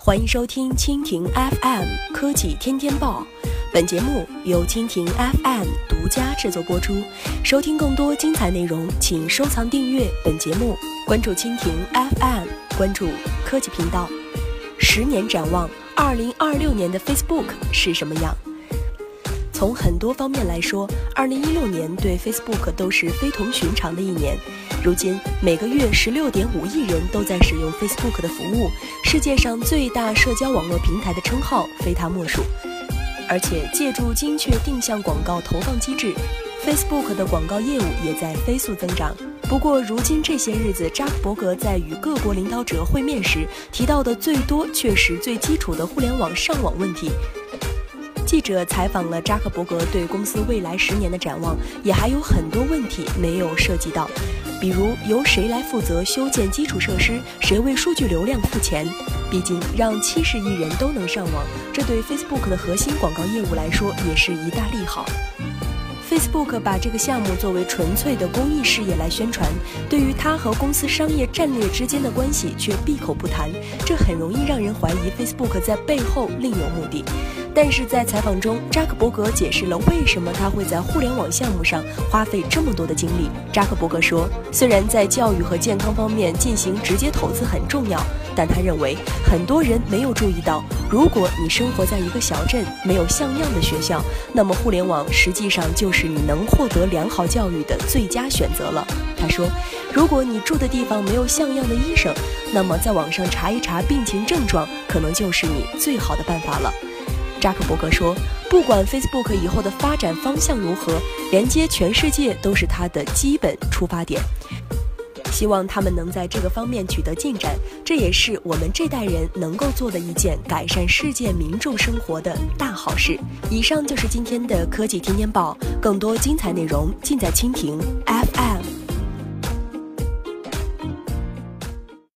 欢迎收听蜻蜓 FM 科技天天报，本节目由蜻蜓 FM 独家制作播出。收听更多精彩内容，请收藏订阅本节目，关注蜻蜓 FM， 关注科技频道。10年展望，2026年的 Facebook 是什么样？从很多方面来说，2016年对 Facebook 都是非同寻常的一年。如今每个月16.5亿人都在使用 Facebook 的服务，世界上最大社交网络平台的称号非它莫属。而且借助精确定向广告投放机制， Facebook 的广告业务也在飞速增长。不过如今这些日子，扎克伯格在与各国领导者会面时提到的最多却是最基础的互联网上网问题。记者采访了扎克伯格对公司未来10年的展望，也还有很多问题没有涉及到，比如由谁来负责修建基础设施，谁为数据流量付钱。毕竟让70亿人都能上网，这对 Facebook 的核心广告业务来说也是一大利好。Facebook 把这个项目作为纯粹的公益事业来宣传，对于它和公司商业战略之间的关系却闭口不谈，这很容易让人怀疑 Facebook 在背后另有目的。但是在采访中，扎克伯格解释了为什么他会在互联网项目上花费这么多的精力。扎克伯格说，虽然在教育和健康方面进行直接投资很重要，但他认为很多人没有注意到，如果你生活在一个小镇，没有像样的学校，那么互联网实际上就是你能获得良好教育的最佳选择了。他说，如果你住的地方没有像样的医生，那么在网上查一查病情症状，可能就是你最好的办法了。扎克伯格说，不管 Facebook 以后的发展方向如何，连接全世界都是他的基本出发点。希望他们能在这个方面取得进展，这也是我们这代人能够做的一件改善世界民众生活的大好事。以上就是今天的科技天天报，更多精彩内容尽在蜻蜓 FM。